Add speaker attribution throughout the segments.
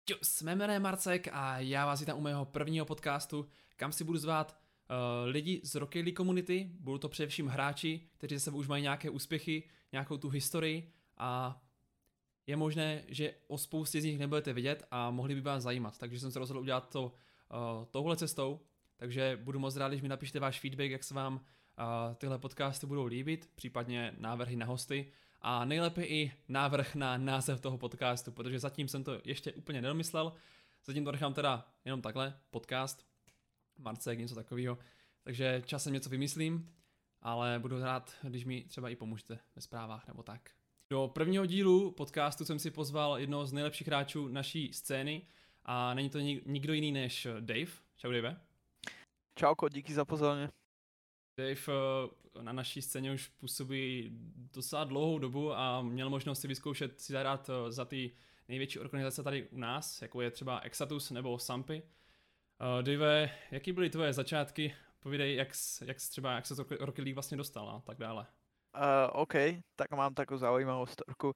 Speaker 1: Čus, mé jméno je Marcek a já vás vítám u mého prvního podcastu, kam si budu zvát lidi z Rocket League komunity. Budou to především hráči, kteří za sebou už mají nějaké úspěchy, nějakou tu historii a je možné, že o spoustě z nich nebudete vidět a mohli by vás zajímat. Takže jsem se rozhodl udělat to touhle cestou, takže budu moc rád, když mi napíšete váš feedback, jak se vám tyhle podcasty budou líbit, případně návrhy na hosty. A nejlépe i návrh na název toho podcastu, protože zatím jsem to ještě úplně nedomyslel. Zatím to nechám teda jenom takhle, podcast, Marcek, něco takového. Takže časem něco vymyslím, ale budu rád, když mi třeba i pomůžete ve zprávách nebo tak. Do prvního dílu podcastu jsem si pozval jednoho z nejlepších hráčů naší scény a není to nikdo jiný než Dave. Čau Dave.
Speaker 2: Čauko, díky za pozvání.
Speaker 1: Dave na naší scéně už působí docela dlouhou dobu a měl možnost si vyzkoušet si zahrát za ty největší organizace tady u nás, jako je třeba Exatus nebo Sampy. Dave, jaký byly tvoje začátky? Povídej, jak se to Rocket League vlastně dostal a tak dále.
Speaker 2: OK, tak mám takú zaujímavú storku.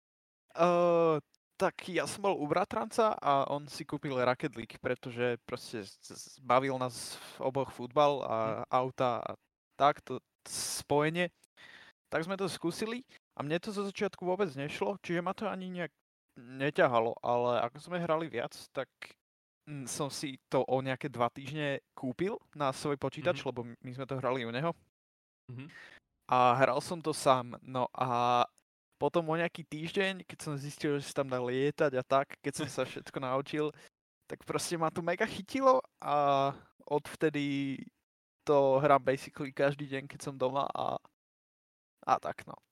Speaker 2: Tak ja som bol u bratranca a on si kúpil Rocket League, pretože proste bavil nás oboch futbal a auta a tak, to spojenie. Tak sme to skúsili a mne to zo začiatku vôbec nešlo, čiže ma to ani nejak neťahalo, ale ako sme hrali viac, tak som si to o nejaké 2 týždne kúpil na svoj počítač, lebo my sme to hrali u neho. A hral som to sám, no a potom o nejaký týždeň, keď som zistil, že sa tam dá lietať a tak, keď som sa všetko naučil, tak proste ma to mega chytilo a odvtedy to hrám basically každý deň, keď som doma a tak no.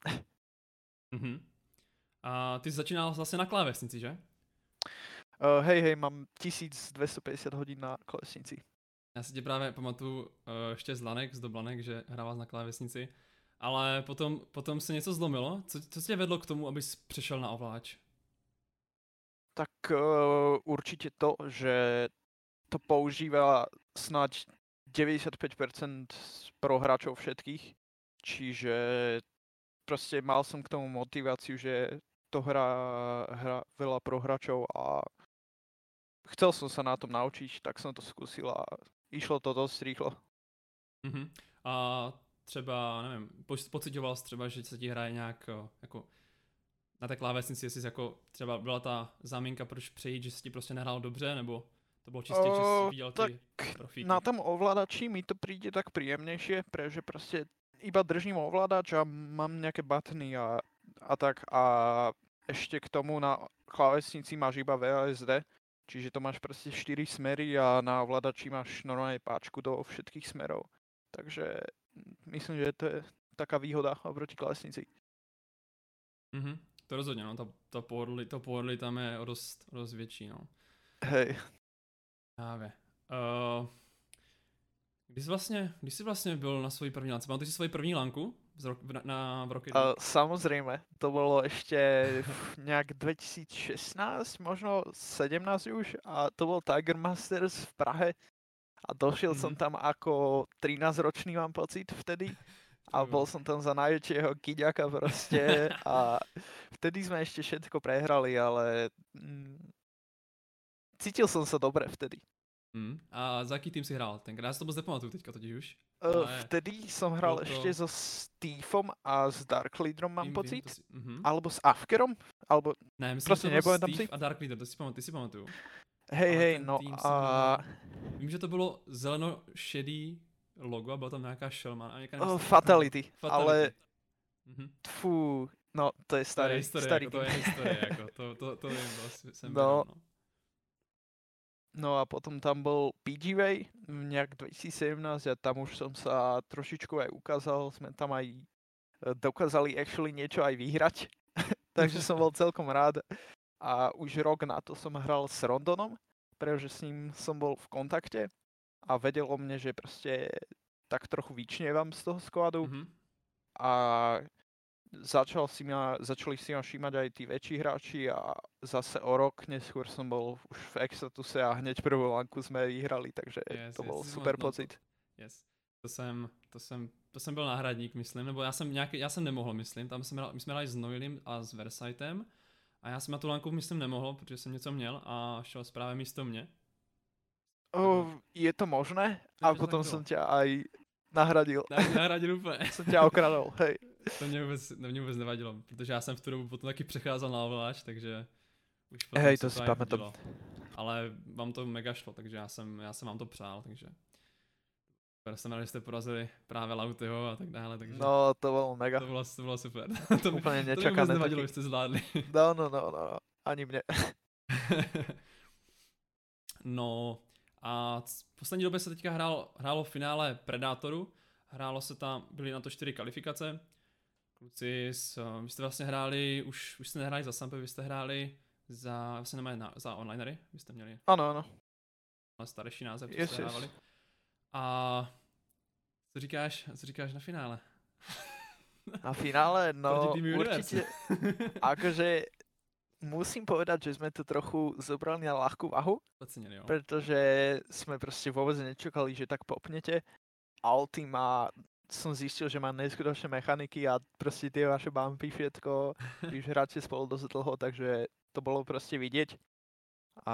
Speaker 1: A ty začínal vlastně na klávesnici, že?
Speaker 2: Hej, mám 1250 hodín na klávesnici.
Speaker 1: Já si tě právě pamatuju ještě z lanek, z doblanek, že hrával na klávesnici. Ale potom se něco zlomilo. Co tě vedlo k tomu, abys přešel na ovláč?
Speaker 2: Tak určite to, že to používa snáď 95% pro hráčov všetkých. Čiže proste mal som k tomu motiváciu, že to hrá veľa pro hráčov a chcel som sa na tom naučiť, tak som to skúsil a išlo to dosť rýchlo.
Speaker 1: A třeba, nevím, pocitoval jsi třeba, že se ti hraje nějak jako na té klávesnici, jestli jako třeba byla ta záminka, proč přejít, že se ti prostě nehrálo dobře, nebo to bylo čistě, že jsi viděl ty profíky?
Speaker 2: Na tom ovládači mi to príde tak príjemnejšie, pretože proste iba držím ovládač a mám nejaké buttony a tak a ešte k tomu na klávesnici máš iba VSD, čiže to máš proste 4 smery a na ovládači máš normálne páčku do všetkých smerov. Takže myslím, že to je taká výhoda oproti klávesnici.
Speaker 1: To rozhodně, no, to pohodlí tam je o dost větší, no.
Speaker 2: Hej.
Speaker 1: Právě. Kdy jsi vlastně byl na svojí první lance? Pamatuješ si svoji první lanku v Rocket League?
Speaker 2: Samozrejme, to bolo ešte nejak 2016, možno 17 už a to bol Tiger Masters v Prahe a došiel som tam ako 13-ročný, mám pocit vtedy. A bol som tam za najväčšieho kyďaka proste a vtedy sme ešte všetko prehrali, ale cítil som sa dobre vtedy.
Speaker 1: A za jaký tým si hrál? Tenkrát si to moc nepamatuju teďka totiž už.
Speaker 2: Vtedy som hral ešte so Steveom a s Dark Leaderom, mám pocit. Alebo s Afkerom, alebo
Speaker 1: ne, myslím,
Speaker 2: proste nebudem tam
Speaker 1: Steve a Dark Leader, ty si pamatuju.
Speaker 2: Hej, no a...
Speaker 1: Vím, že to bylo zeleno-šedý logo a byla tam nějaká šelma.
Speaker 2: Fatality, ale... Fú, no to je starý.
Speaker 1: To je historie, jako, to vím, jsem
Speaker 2: no. No a potom tam bol PGV nejak 2017 a tam už som sa trošičku aj ukázal, sme tam aj dokázali actually niečo aj vyhrať, takže som bol celkom rád. A už rok na to som hral s Rondonom, pretože s ním som bol v kontakte a vedel o mne, že proste tak trochu vyčnievam z toho skladu a začali si ma všímať aj tí väčší hráči a zase o rok neskôr som bol už v Exatuse a hneď prvú lanku sme vyhrali, takže to bol super pocit.
Speaker 1: To jsem byl náhradník, myslím, nebo já jsem nemohl, myslím, my jsme hráli s Noilem a s Versitem A já jsem na tu lanku myslím nemohl, protože jsem něco měl a šel právě místo mě.
Speaker 2: Je to možné?
Speaker 1: To
Speaker 2: A
Speaker 1: že to tak
Speaker 2: potom
Speaker 1: bylo.
Speaker 2: som ťa aj nahradil.
Speaker 1: Nahradil úplně.
Speaker 2: Som ťa okradol, hej.
Speaker 1: To mě vůbec nevadilo, protože já jsem v tu dobu potom taky přecházel na Overwatch, takže už potom
Speaker 2: Hej,
Speaker 1: se
Speaker 2: to si
Speaker 1: aj
Speaker 2: pamätám.
Speaker 1: hodilo. Ale vám to mega šlo, takže já jsem vám to přál, takže jsem rád, že jste porazili právě Lautyho a tak dále, takže
Speaker 2: No, to bolo mega.
Speaker 1: to bylo super. to mi
Speaker 2: Úplne
Speaker 1: vůbec
Speaker 2: nečakané.
Speaker 1: nevadilo, že jste zvládli.
Speaker 2: No. Ani mne.
Speaker 1: No a v poslední době se teďka hrálo v finále Predatoru, hrálo se tam, byly na to 4 kvalifikace. Kluci, vy jste vlastně hráli, už jste nehráli za Sampy, vy jste hráli za onlinery, vy jste měli
Speaker 2: Ano.
Speaker 1: starší název, co
Speaker 2: Yes.
Speaker 1: jste hrávali. A co říkáš na finále?
Speaker 2: Na finále, no
Speaker 1: Proti týmu
Speaker 2: určite, akože musím povedať, že sme to trochu zobrali na ľahkú váhu,
Speaker 1: Podceněný, jo.
Speaker 2: pretože sme proste vôbec nečakali, že tak popnete. Ultima som zistil, že má neskutočné mechaniky a proste tie vaše bumpy všetko, vy už hráte spolu dosť dlho, takže to bolo proste vidieť. A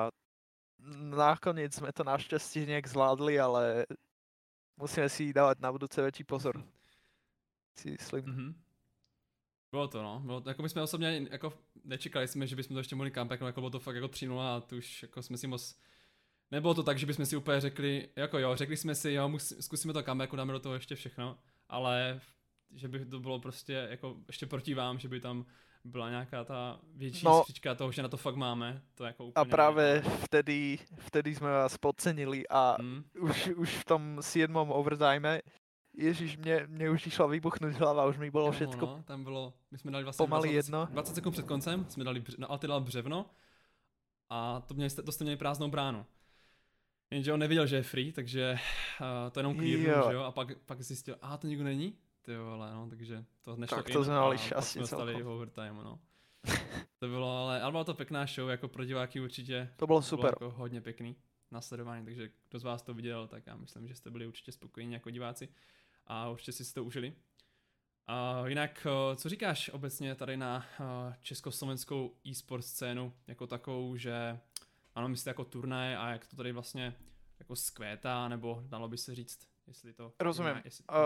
Speaker 2: nakoniec sme to našťastie nejak zvládli, ale musíme si dávať na budúce väčší pozor. Si myslím.
Speaker 1: Mm-hmm. Bylo to, no. Jako my jsme osobně jako nečekali jsme, že bychom to ještě mohli comebacknout, jako bylo to fakt jako 3-0 a to už jako jsme si moc... Nebylo to tak, že bychom si úplně řekli, jako jo, řekli jsme si, jo, zkusíme to comebacku, dáme do toho ještě všechno, ale že by to bylo prostě jako ještě proti vám, že by tam byla nějaká ta větší stříčka toho, že na to fakt máme, to jako úplně...
Speaker 2: A práve vtedy sme vás podcenili a už v tom 7. overtime Ježiš, mne už išla vybuchnúť hlava, už mi bolo všetko.
Speaker 1: No, tam bylo, my jsme dali vlastně
Speaker 2: pomaly
Speaker 1: 20 sekund před koncem, jsme dali, Alty dal břevno a to jste měli prázdnou bránu. Jenže on nevěděl, že je free, takže to jenom clearnul, že jo, a pak zjistil, to nikdo není, ty vole, no, takže to nešlo
Speaker 2: tak to znali
Speaker 1: a pak jsme dostali overtime, no. To bylo, ale byla to pěkná show, jako pro diváky určitě.
Speaker 2: To bylo super.
Speaker 1: Bylo jako hodně pěkný nasledování, takže kdo z vás to viděl, tak já myslím, že jste byli určitě spokojení jako diváci a určitě si to užili. Jinak, co říkáš obecně tady na československou e-sport scénu jako takovou, že ano, myslíte jako turnaje a jak to tady vlastně jako skvétá, nebo dalo by se říct, jestli to...
Speaker 2: Rozumiem.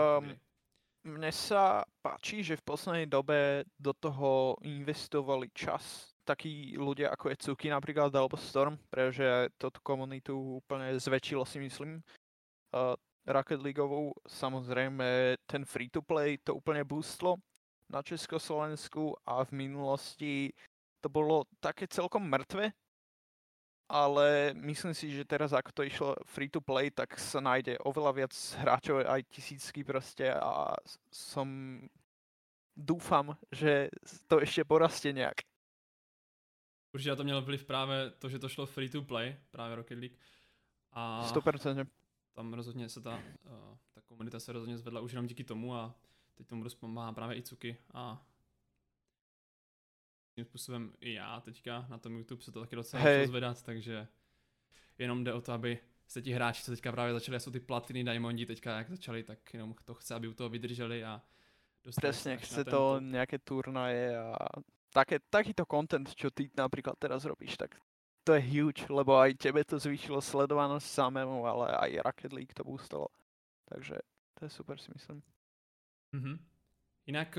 Speaker 2: Mne sa páči, že v poslednej dobe do toho investovali čas takí ľudia ako je Cuky napríklad alebo Storm, pretože toto komunitu úplne zväčšilo, si myslím. Rocket Leagueovou samozrejme ten free-to-play to úplne boostlo na Československu a v minulosti to bolo také celkom mŕtve, ale myslím si, že teraz ako to išlo free-to-play, tak sa nájde oveľa viac hráčov, aj tisícky proste a dúfam, že to ešte porastie nejak.
Speaker 1: Určitě na to mělo vliv právě to, že to šlo free-to-play, právě Rocket League. A
Speaker 2: 100%.
Speaker 1: Tam rozhodně se ta komunita se rozhodně zvedla už jenom díky tomu a teď tomu dost pomáhá právě i Cuky a tím způsobem i já teďka na tom YouTube se to taky docela začalo zvedat, takže jenom jde o to, aby se ti hráči, co teďka právě začali, jsou ty platiny, diamondi teďka jak začali, tak jenom to chce, aby u toho vydrželi a dostali
Speaker 2: presne, chce to nejaké turnaje a takýto content, čo ty napríklad teraz robíš, tak to je huge, lebo aj tebe to zvýšilo sledovanosť samému, ale aj Rocket League to boostalo. Takže to je super, si myslím.
Speaker 1: Jinak,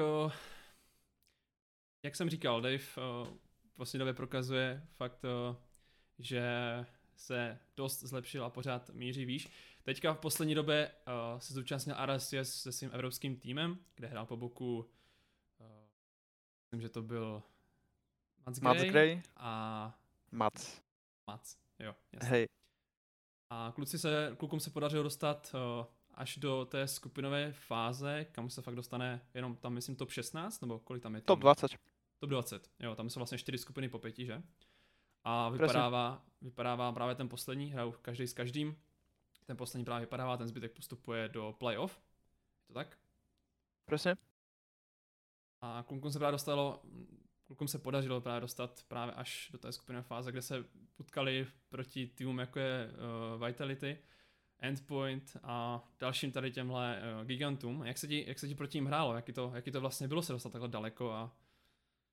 Speaker 1: jak jsem říkal, Dave v poslední době prokazuje fakt, že se dost zlepšil a pořád míří výš. Teďka v poslední době se zúčastnil RSCS se svým evropským týmem, kde hrál po boku, myslím, že to byl Mats Gray a Mats, jo, jasně.
Speaker 2: Hej.
Speaker 1: A klukům se podařilo dostat až do té skupinové fáze, kam se fakt dostane jenom tam, myslím, top 16, nebo kolik tam je?
Speaker 2: Top 20.
Speaker 1: Top 20, jo, tam jsou vlastně 4 skupiny po 5, že? A vypadává právě ten poslední, hrajou každý s každým. Ten poslední právě vypadává, ten zbytek postupuje do playoff. Je to tak?
Speaker 2: Presne.
Speaker 1: A klukům se podařilo právě dostat právě až do té skupinové fáze, kde se utkali proti týmům jako je Vitality, Endpoint a dalším tady těmhle gigantům. Jak se ti proti ním hrálo? Jaký to vlastně bylo se dostat takhle daleko a...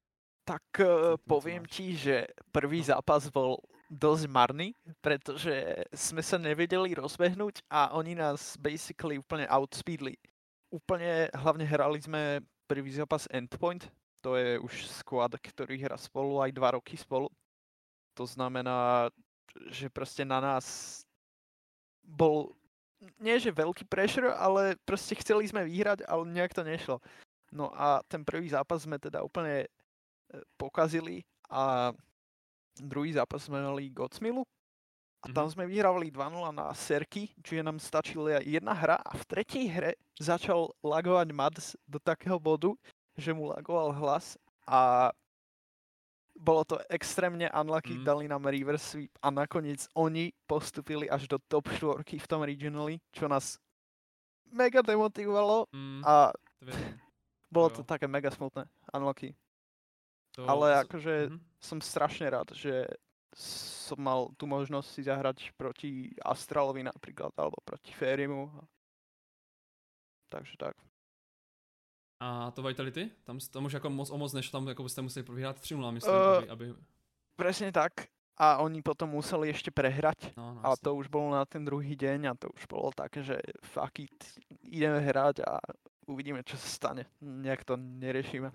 Speaker 2: Tak poviem
Speaker 1: Chcem
Speaker 2: ti, že prvý zápas bol dosť marný, pretože sme sa nevedeli rozbehnúť a oni nás basically úplne outspeedli. Úplne, hlavne hrali sme prvý zápas Endpoint, to je už squad, ktorý hrá spolu aj 2 roky spolu. To znamená, že proste na nás bol, nie že veľký pressure, ale proste chceli sme vyhrať, ale nejak to nešlo. No a ten prvý zápas sme teda úplne pokazili a druhý zápas sme mali Godsmillu a tam sme vyhrávali 2-0 na Serky, čiže nám stačila jedna hra a v tretej hre začal lagovať Mads do takého bodu, že mu lagoval hlas a bolo to extrémne unlucky, dali nám reverse sweep a nakoniec oni postupili až do top 4 v tom regionally, čo nás mega demotivovalo a bolo to také mega smutné, unlucky. Ale akože som strašne rád, že som mal tú možnosť si zahrať proti Astralovi napríklad, alebo proti Férimu. Takže tak.
Speaker 1: A to Vitality? Tam už jako moc nešlo, tam jako byste museli vyhrát 3-0, myslím, aby...
Speaker 2: Presne tak. A oni potom museli ešte prehrať.
Speaker 1: No,
Speaker 2: a to už bolo na ten druhý deň a to už bolo také, že fuck it, ideme hrať a uvidíme, čo sa stane. Nejak to neriešime.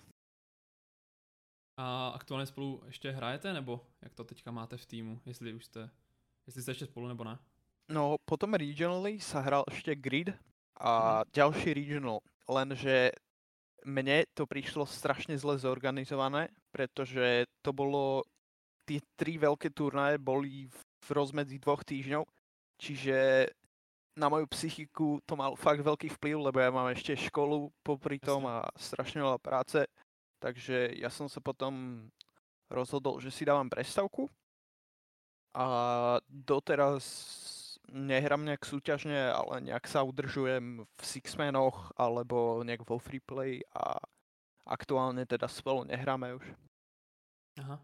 Speaker 1: A aktuálně spolu ještě hrajete, nebo jak to teďka máte v týmu, jestli jste ještě spolu nebo ne?
Speaker 2: No, potom regionally sa hral ešte Grid a ďalší regional, lenže mne to prišlo strašne zle zorganizované, pretože to bolo, tie 3 veľké turnaje boli v rozmedzi 2 týždňov, čiže na moju psychiku to mal fakt veľký vplyv, lebo ja mám ešte školu popri tom a strašne veľa práce. Takže ja som sa potom rozhodol, že si dávam prestávku a doteraz nehrám nejak súťažne, ale nejak sa udržujem v sixmanoch alebo nejak vo freeplay a aktuálne teda spolu nehráme už.
Speaker 1: Aha,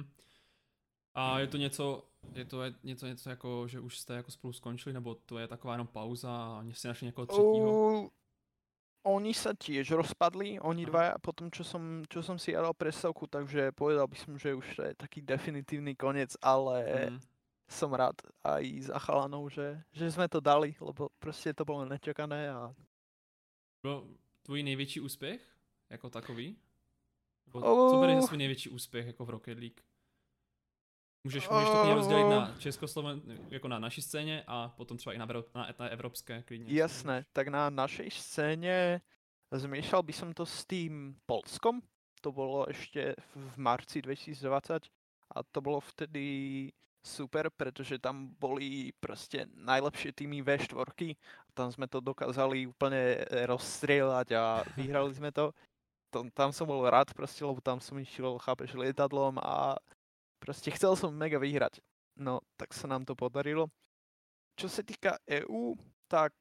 Speaker 1: A je to něco jako, že už jste jako spolu skončili, nebo to je taková jenom pauza a si našli někoho třetího?
Speaker 2: Oni sa tiež rozpadli, oni dvaja, potom čo som si jadal prestávku, takže povedal by som, že už to je taký definitívny koniec, ale som rád aj za chalanou, že sme to dali, lebo proste to bolo nečakané a...
Speaker 1: Byl tvůj největší úspěch jako takový? Co bereš za svůj největší úspěch jako v Rocket League? Můžeš to klidně rozdělit na jako na naší scéně a potom třeba i na evropské klidně.
Speaker 2: Jasné, tak na našej scéne zmiešal by som to s tým Polskom. To bolo ešte v marci 2020 a to bolo vtedy super, pretože tam boli proste najlepšie týmy V4. Tam sme to dokázali úplne rozstrieľať a vyhrali sme to. Tam som bol rád proste, lebo tam som išiel, chápeš, lietadlom a proste chcel som mega vyhrať. No, tak sa nám to podarilo. Čo sa týka EU, tak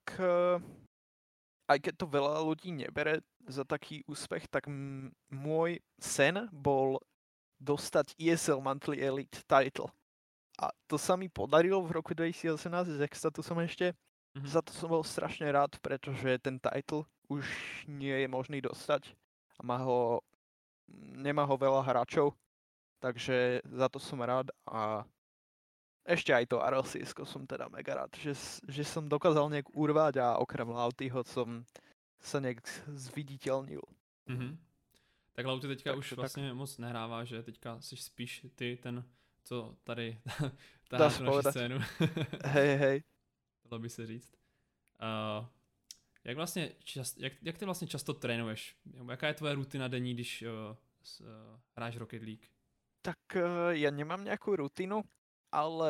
Speaker 2: aj keď to veľa ľudí nebere za taký úspech, tak môj sen bol dostať ESL Monthly Elite title. A to sa mi podarilo v roku 2018 s Extatusom ešte. Za to som bol strašne rád, pretože ten title už nie je možný dostať a nemá ho veľa hráčov. Takže za to som rád a ešte aj to RLCS som teda mega rád, že som dokázal nejak urvať a okrem Lautyho som sa nejak zviditeľnil.
Speaker 1: Tak Lauty teďka už vlastně moc nehrává, že teďka jsi spíš ty ten, co tady táháš tu naši scénu.
Speaker 2: Hej.
Speaker 1: Dalo by se říct. Jak ty vlastně často trénuješ? Jaká je tvoje rutina denní, když hráš Rocket League?
Speaker 2: Tak ja nemám nejakú rutinu, ale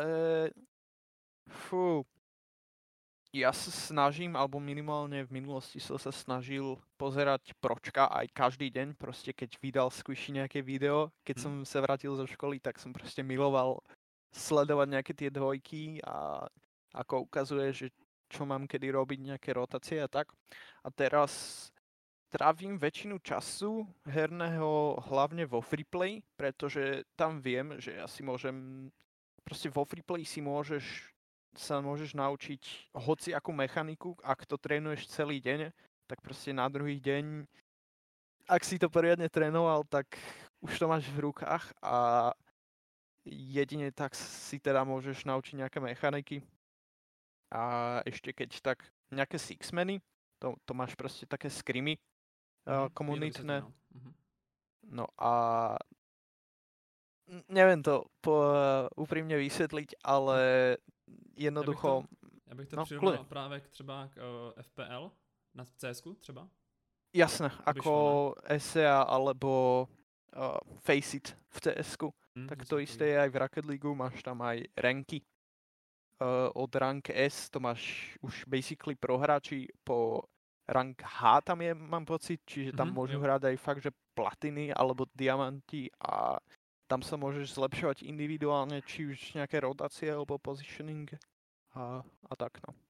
Speaker 2: ja sa snažím, alebo minimálne v minulosti som sa snažil pozerať Pročka aj každý deň, proste keď vydal Squishy nejaké video, keď som sa vrátil zo školy, tak som proste miloval sledovať nejaké tie dvojky a ako ukazuje, že čo mám kedy robiť, nejaké rotácie a tak. A teraz trávim väčšinu času herného hlavne vo freeplay, pretože tam viem, že ja si môžem, proste vo freeplay sa môžeš naučiť hociakú mechaniku, ak to trénuješ celý deň, tak proste na druhý deň, ak si to poriadne trénoval, tak už to máš v rukách a jedine tak si teda môžeš naučiť nejaké mechaniky. A ešte keď tak nejaké sixmeny, to máš proste také skrimy komunitné. No a neviem to úprimne vysvetliť, ale jednoducho...
Speaker 1: Já bych to přirovnal právě třeba k FPL na CSku třeba.
Speaker 2: Jasné, ako SEA alebo Faceit v CS-ku. Tak to isté je aj v Rocket League, máš tam aj ranky. Od rank S to máš už basically pro hráči, po rank H tam je, mám pocit, čiže tam môžu hrať aj fakt, že platiny alebo diamanti a tam sa môžeš zlepšovať individuálne, či už nejaké rotácie alebo positioning a tak no.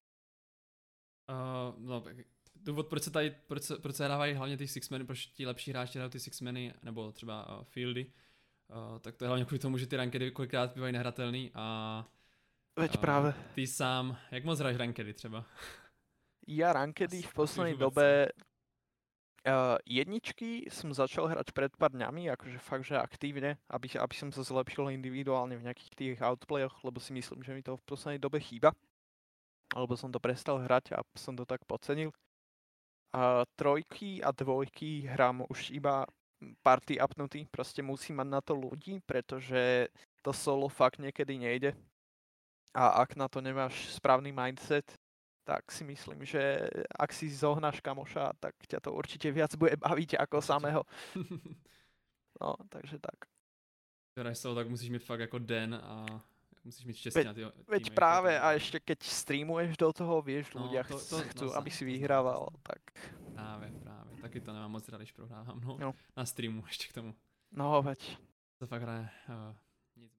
Speaker 1: No, důvod, proč se hrávají hlavně ty sixmeny, proč ti lepší hráči hrají ty sixmeny, nebo třeba fieldy, tak to je hlavně kvůli tomu, že ty rankedy kolikrát bývají nehratelný a
Speaker 2: veď práve.
Speaker 1: Ty sám, jak moc hraješ rankedy třeba?
Speaker 2: Ja rankedy v poslednej dobe jedničky som začal hrať pred pár dňami, akože fakt, že aktívne, aby som sa zlepšil individuálne v nejakých tých outplayoch, lebo si myslím, že mi to v poslednej dobe chýba. Alebo som to prestal hrať a som to tak podcenil. A trojky a dvojky hrám už iba party upnutý, proste musím mať na to ľudí, pretože to solo fakt niekedy nejde. A ak na to nemáš správny mindset, tak si myslím, že ak si zohnáš kamoša, tak ťa to určite viac bude baviť ako samého. No, takže tak.
Speaker 1: Hraješ solo, tak musíš mít fakt jako den a musíš mít štěstí na ty týmy.
Speaker 2: Veď práve, a ešte keď streamuješ do toho, vieš, ľudia chcú, aby si vyhrával, tak...
Speaker 1: Právě. Taky to nemám moc rád, když prohrávám, no. Na streamu ještě k tomu.
Speaker 2: No, veď.
Speaker 1: To fakt hraje nic.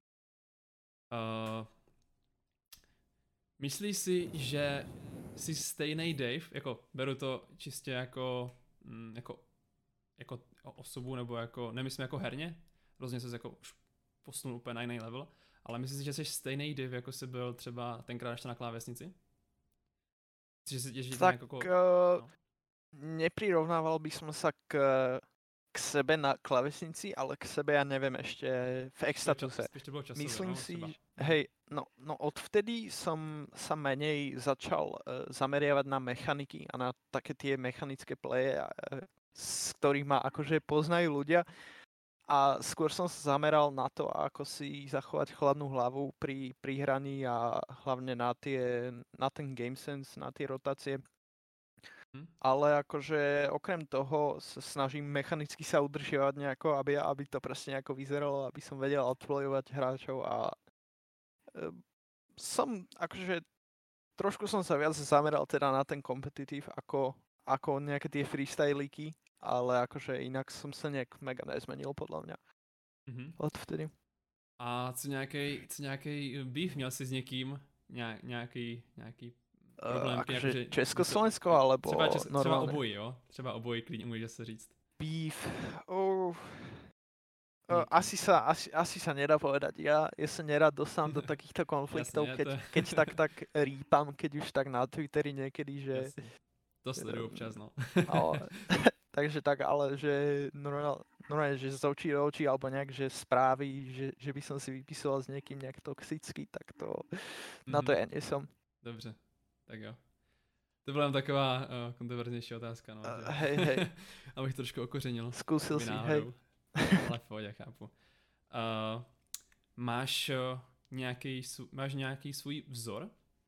Speaker 1: Myslíš si, že jsi stejnej Dave, jako beru to čistě jako osobu, nebo jako, nemyslím jako herně, rozhodně se jako už posunul úplně na jiný level, ale myslíš si, že jsi stejnej Dave, jako jsi byl třeba tenkrát ještě na klávesnici? Myslíš, že
Speaker 2: tak neprirovnával by som sa k sebe na klávesnici, ale k sebe, ja neviem, ešte v X-statuse. Myslím si, hej, no odvtedy som sa menej začal zameriavať na mechaniky a na také tie mechanické pleje, z ktorých ma akože poznajú ľudia. A skôr som sa zameral na to, ako si zachovať chladnú hlavu pri hraní a hlavne na ten game sense, na tie rotácie. Ale akože okrem toho sa snažím mechanicky sa udržiavať nejako, aby to proste nejako vyzeralo, aby som vedel outplayovať hráčov a som akože trošku som sa viac zameral teda na ten competitive ako nejaké tie freestyliky, ale akože inak som sa nejak mega nezmenil podľa mňa odvtedy.
Speaker 1: A co nějaký beef měl si s někým? Nějaký problém,
Speaker 2: akože Československo, alebo
Speaker 1: třeba obojí, jo? Třeba obojí, klidně můžeš se říct.
Speaker 2: Beef, asi sa nedá povedať. Ja sa nerad dostám do takýchto konfliktov, keď tak rýpam, keď už tak na Twitteri niekedy, že...
Speaker 1: Jasne. To sledujú občas, no.
Speaker 2: Takže tak, ale že normálne, že z očí do očí, alebo nejak, že správy, že by som si vypisoval s niekým nejak toxicky, tak to na to ja nie som.
Speaker 1: Dobře. Tak jo. To byla jen taková kontroverznější otázka, no.
Speaker 2: Hej.
Speaker 1: Abych trošku okořenil.
Speaker 2: Zkusil si, hej.
Speaker 1: Ale v pohodě, chápu. Máš nějaký svůj vzor?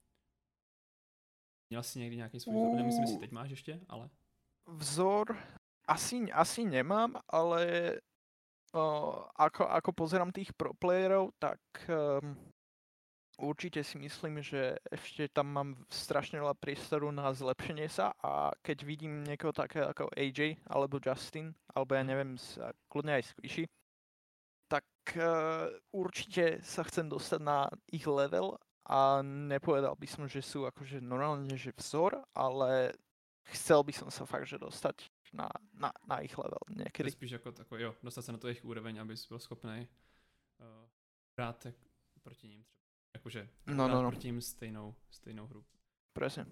Speaker 1: Měl jsi někdy nějaký svůj vzor? Nemyslím, jestli teď máš ještě, ale...
Speaker 2: Vzor? Asi nemám, ale ako pozerám tých pro playerov, tak... Určite si myslím, že ešte tam mám strašne veľa priestoru na zlepšenie sa a keď vidím niekoho takého ako AJ alebo Justin, alebo ja neviem, kľudne aj Squishy, tak určite sa chcem dostať na ich level a nepovedal by som, že sú akože normálne, že vzor, ale chcel by som sa fakt, že dostať na ich level niekedy.
Speaker 1: To spíš ako tako, jo, dostať sa na to ich úroveň, aby si bol schopný hrát proti ním třeba. Jakože
Speaker 2: no.
Speaker 1: proti ním stejnou hru.
Speaker 2: Presne.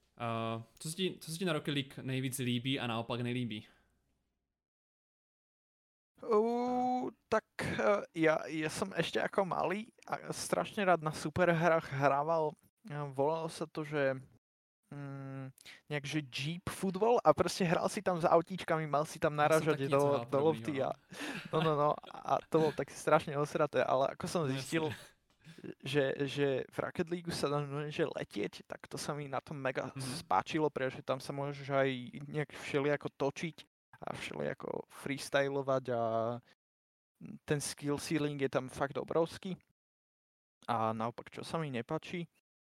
Speaker 1: Co se ti na Rocket League nejvíc líbí a naopak nelíbí?
Speaker 2: Tak ja som ešte ako malý a strašne rád na superhrách hrával. Volalo sa to, že nejak, že Jeep Football a proste hral si tam s autíčkami, mal si tam
Speaker 1: Já jsem
Speaker 2: naražať
Speaker 1: taky něco hrál
Speaker 2: do
Speaker 1: podobného,
Speaker 2: lofty
Speaker 1: no.
Speaker 2: no a to bolo tak strašne osraté, ale ako som
Speaker 1: No
Speaker 2: zistil,
Speaker 1: jasně.
Speaker 2: že v Rocket League sa dá že letieť, tak to sa mi na tom mega spáčilo, pretože tam sa môžeš aj nejak všelijako točiť a všelijako freestylovať a ten skill ceiling je tam fakt obrovský. A naopak, čo sa mi nepáči,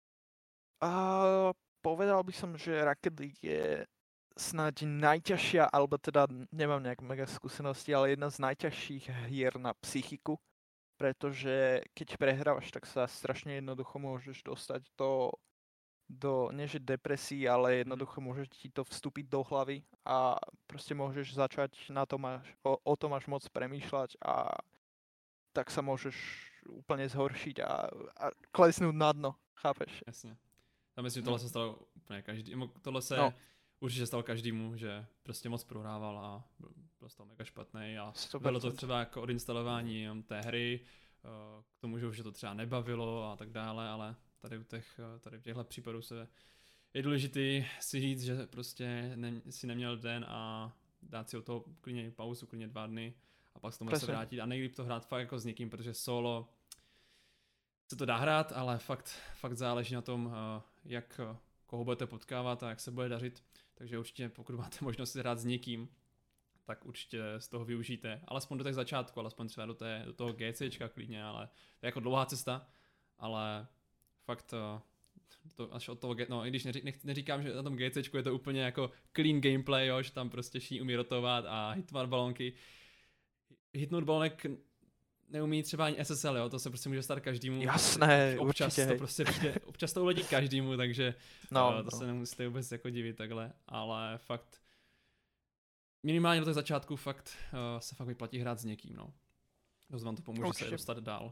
Speaker 2: a povedal by som, že Rocket League je snáď najťažšia, alebo teda nemám nejak mega skúsenosti, ale jedna z najťažších hier na psychiku, pretože keď prehrávaš, tak sa strašne jednoducho môžeš dostať nie že depresí, ale jednoducho môže ti to vstúpiť do hlavy a proste môžeš začať na tom o tom až moc premýšľať a tak sa môžeš úplne zhoršiť a klesnúť na dno, chápeš?
Speaker 1: Jasně. A myslím, že tohle se stalo úplně tohle se určitě stalo každému, že prostě moc prohrával a byl z toho mega špatný a
Speaker 2: 100%.
Speaker 1: bylo to třeba jako odinstalování té hry, k tomu, že už to třeba nebavilo a tak dále, ale tady v těchto případů je důležitý si říct, že prostě si neměl den a dát si od toho klidně pauzu, klidně 2 dny a pak se tomu se vrátit a nejlíp to hrát fakt jako s někým, protože solo se to dá hrát, ale fakt záleží na tom, koho budete potkávat a jak se bude dařit, takže určitě pokud máte možnost si hrát s někým, tak určitě z toho využijte, alespoň do těch začátku, alespoň třeba do toho GCčka klidně, ale to je jako dlouhá cesta, ale fakt to až od toho, no i když neříkám, že na tom GCčku je to úplně jako clean gameplay, jo, že tam prostě všichni umí rotovat a hitovat balonky. Hitnout balonek neumí třeba ani SSL, jo, to se prostě může stát každému.
Speaker 2: Jasné,
Speaker 1: občas
Speaker 2: určitě.
Speaker 1: To prostě občas to uledí každému, takže to se nemusíte vůbec jako divit takhle, ale fakt minimálně do toho začátku se fakt vyplatí hrát s někým, no. Dost vám to pomůže se dostat dál.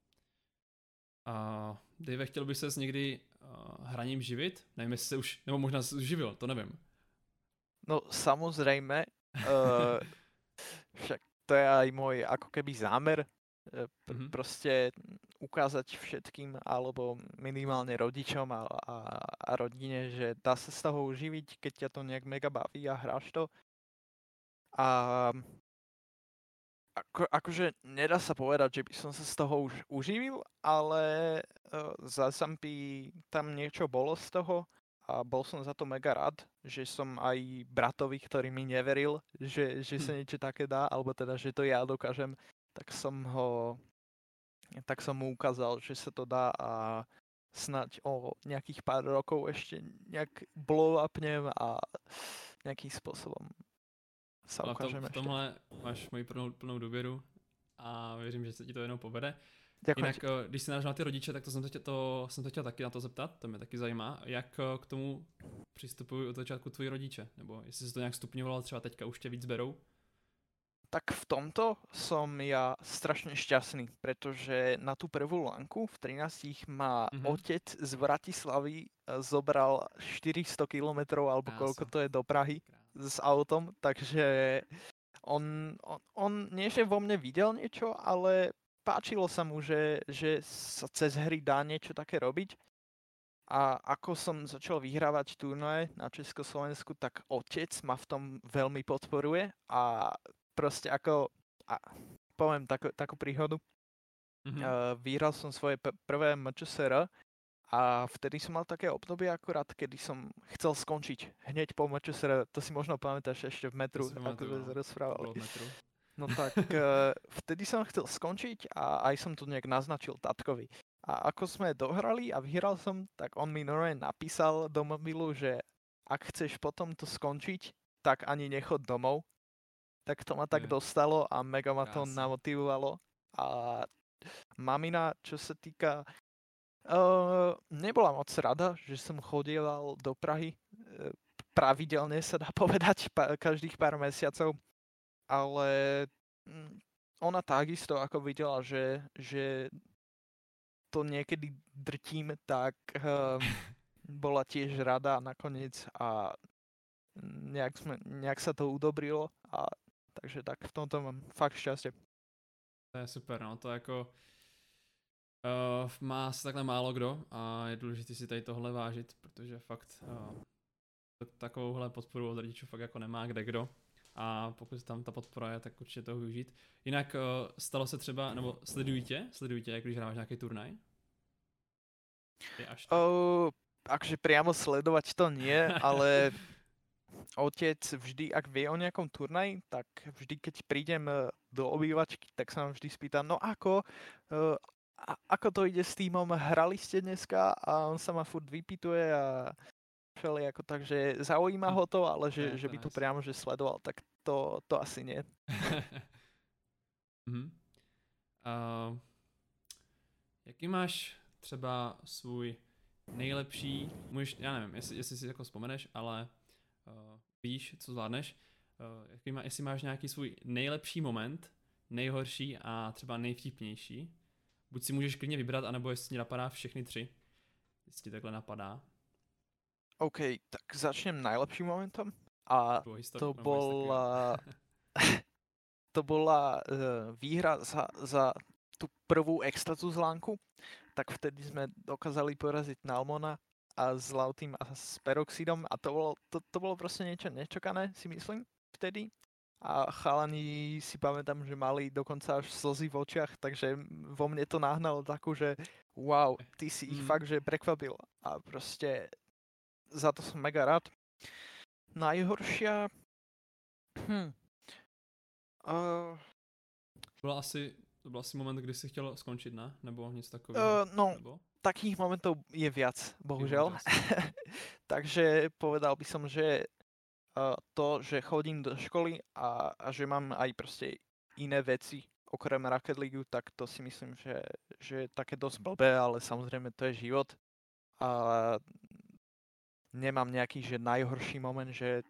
Speaker 1: Dave, chtěl by ses někdy hraním živit? Nevím, jestli se už, nebo možná se už živil, to nevím.
Speaker 2: No samozrejme, však to je aj môj ako keby zámer, proste ukázať všetkým, alebo minimálne rodičom a rodine, že dá sa z toho uživiť, keď ťa to nejak mega baví a hráš to. A akože nedá sa povedať, že by som sa z toho už uživil, ale zase by tam niečo bolo z toho a bol som za to mega rád, že som aj bratovi, ktorý mi neveril, že sa niečo také dá, alebo teda, že to ja dokážem, tak som mu ukázal, že sa to dá a snať o nejakých pár rokov ešte nejak blow upnem a nejakým spôsobom sa ukážeme.
Speaker 1: V tomhle máš moji plnou důvěru a věřím, že se ti to jenom povede.
Speaker 2: Ďakujem.
Speaker 1: Jinak, když si narážel na ty rodiče, tak jsem to chtěl taky na to zeptat, to mě taky zajímá, jak k tomu přistupují od začátku tvoji rodiče, nebo jestli se to nějak stupňovalo, třeba teďka už tě víc berou?
Speaker 2: Tak v tomto som ja strašne šťastný, pretože na tú prvú lanku v 13 ma otec z Bratislavy zobral 400 km alebo koľko to je do Prahy s autom, takže on nie že vo mne videl niečo, ale páčilo sa mu, že sa cez hry dá niečo také robiť. A ako som začal vyhrávať turnaje na Československu, tak otec ma v tom veľmi podporuje a proste poviem takú príhodu. Vyhral som svoje prvé MČSR a vtedy som mal také obdobie akurát, kedy som chcel skončiť hneď po MČSR. To si možno pamätáš ešte v metru, ako sme rozprávali. No tak vtedy som chcel skončiť a aj som to nejak naznačil tatkovi. A ako sme dohrali a vyhral som, tak on mi normálne napísal do mobilu, že ak chceš potom to skončiť, tak ani nechod domov. Tak to ma tak dostalo a mega ma to namotivovalo. A mamina, čo sa týka, nebola moc rada, že som chodieval do Prahy. Pravidelne sa dá povedať, každých pár mesiacov. Ale ona takisto, ako videla, že to niekedy drtím, tak bola tiež rada nakoniec a nejak sa to udobrilo a Takže tak v tomto mám fakt šťastie.
Speaker 1: To je super, no, to jako má se takhle málo kdo a je důležité si tady tohle vážit, protože fakt takovouhle podporu od rodičů fakt jako nemá kde kdo a pokud tam ta podpora je, tak určitě toho využít. Jinak stalo se třeba, nebo sledují tě, jak když hráš nějaký turnaj?
Speaker 2: Akože priamo sledovať to nie, ale otec vždy, ak vie o nejakom turnaji, tak vždy, keď prídem do obývačky, tak sa ma vždy spýta, no ako to ide s týmom, hrali ste dneska? A on sa ma furt vypytuje a všelijako, takže zaujíma ho to, ale že by to priamo že sledoval, tak to asi nie.
Speaker 1: Jaký máš třeba svůj nejlepší, já nevím, jestli si jako vzpomeneš, ale víš, co zvládneš, jestli máš nějaký svůj nejlepší moment, nejhorší a třeba nejvtipnější, buď si můžeš klidně vybrat, anebo jestli ti napadá všechny tři, jestli ti takhle napadá.
Speaker 2: OK, tak začnem najlepším momentom a to bola výhra za tú prvú extra zlánku, tak vtedy sme dokázali poraziť Nalmona a s Lautým a s Peroxidom a to bolo proste niečo nečakané, si myslím, vtedy. A chalani si pamätám, že mali dokonca až slzy v očiach, takže vo mne to nahnalo takú, že wow, ty si ich fakt, že prekvapil. A proste za to som mega rád. Najhoršia...
Speaker 1: To byl asi moment, kdy jsi chtěl skončit, ne? Nebo něco takového?
Speaker 2: No, takých momentov je viac, bohužel. Takže povedal by som, že to, že chodím do školy a že mám aj proste iné veci okrem Rocket League, tak to si myslím, že je také dosť blbé, ale samozrejme to je život. A nemám nejaký, že najhorší moment, že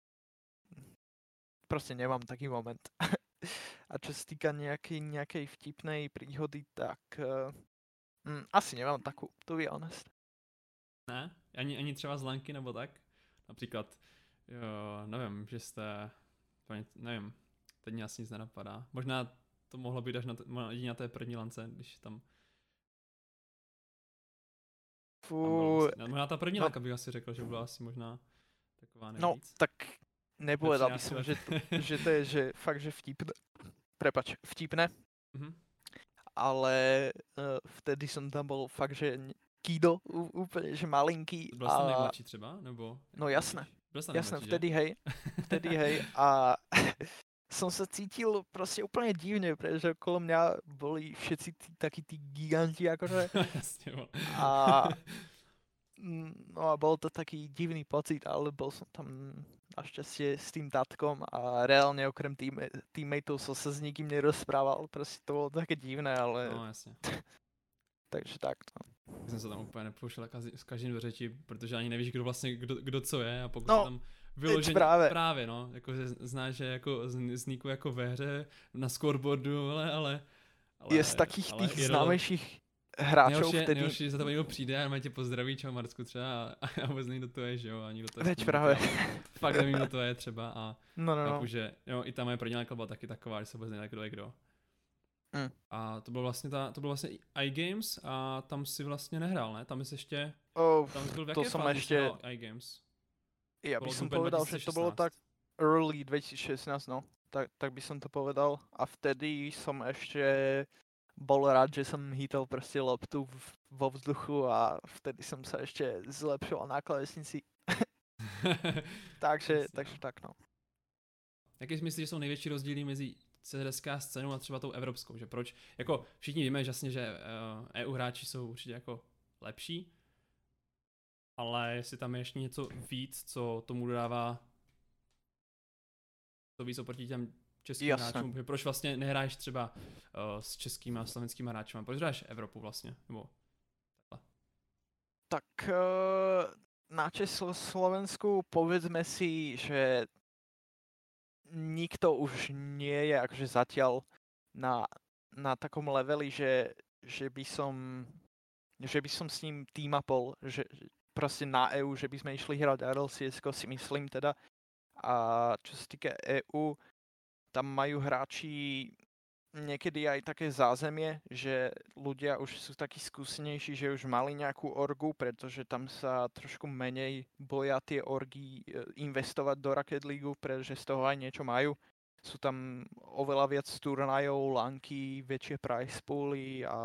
Speaker 2: proste nemám taký moment. A čo sa týka nejakej vtipnej príhody, tak asi nemám takú, to be honest.
Speaker 1: Ne? Ani třeba z lanky nebo tak? Například, nevím, že jste, nevím, teď mě asi nic nenapadá. Možná to mohlo být až na té první lance, když tam... Možná ta první lanka bych asi řekl, že byla asi možná taková nejvíc.
Speaker 2: No, tak nepovedal by som, že to je že fakt, že vtipné. Prepač, vtipné. Ale vtedy som tam bol fakt, že Kido, úplne, že malinký.
Speaker 1: Byl jsi nejmladší třeba? Nebo...
Speaker 2: No jasné, vtedy hej. A som sa cítil proste úplne divne, pretože okolo mňa boli všetci takí tí giganti, akože. A no a bol to taký divný pocit, ale bol som tam našťastie s tým tatkom a reálne okrem teammateov som sa s nikým nerozprával, proste to bolo také divné, ale...
Speaker 1: No jasne.
Speaker 2: Takže tak, no.
Speaker 1: Já jsem se tam úplně nepoušel s každým do řeči, protože ani nevíš, kdo vlastně, kdo co je a pokud
Speaker 2: no,
Speaker 1: se tam vyloženě právě no, jako že znáš, že jako zníku jako ve hře na scoreboardu, ale
Speaker 2: je z takých tých známejších hráčov vtedy.
Speaker 1: Nejhorší, že za to někdo přijde a tě pozdraví, čau Marcku třeba a vůbec nevím, kdo to je, že jo, ani kdo to je.
Speaker 2: Veď právě.
Speaker 1: Fakt nevím, kdo to je třeba a
Speaker 2: no.
Speaker 1: že jo, i ta moje první léka byla taky taková, že se vůbec neví, kdo je kdo. A to byl vlastně iGames a tam si vlastně nehrál, ne? Tam jsi ještě... tam jsi byl v jaké fázi ještě... iGames?
Speaker 2: Ja by som povedal, 2016. Že to bolo tak early 2016, no. Tak by som to povedal. A vtedy som ešte bol rád, že som hýtal proste loptu vo vzduchu a vtedy som sa ešte zlepšoval na klávesnici. takže tak, no.
Speaker 1: Jaký si myslíš, že jsou největší rozdíly mezi CS:GO scénou a třeba tou evropskou, že proč, jako všichni víme, že jasně, že EU hráči jsou určitě jako lepší, ale jestli tam je ještě něco víc, co tomu dodává to víc oproti těm českým hráčům, že proč vlastně nehráš třeba s českými a slovenskými hráči, proč hráš Evropu vlastně, nebo takhle?
Speaker 2: Tak na Československu povedzme si, že nikto už nie je akože zatiaľ na takom leveli, že by som s ním team-upol, že proste na EU, že by sme išli hrať RLCS, si myslím teda. A čo sa týka EU, tam majú hráči niekedy aj také zázemie, že ľudia už sú takí skúsenejší, že už mali nejakú orgu, pretože tam sa trošku menej boja tie orgy investovať do Rocket League, pretože z toho aj niečo majú. Sú tam oveľa viac turnajov, lanky, väčšie prize pooly a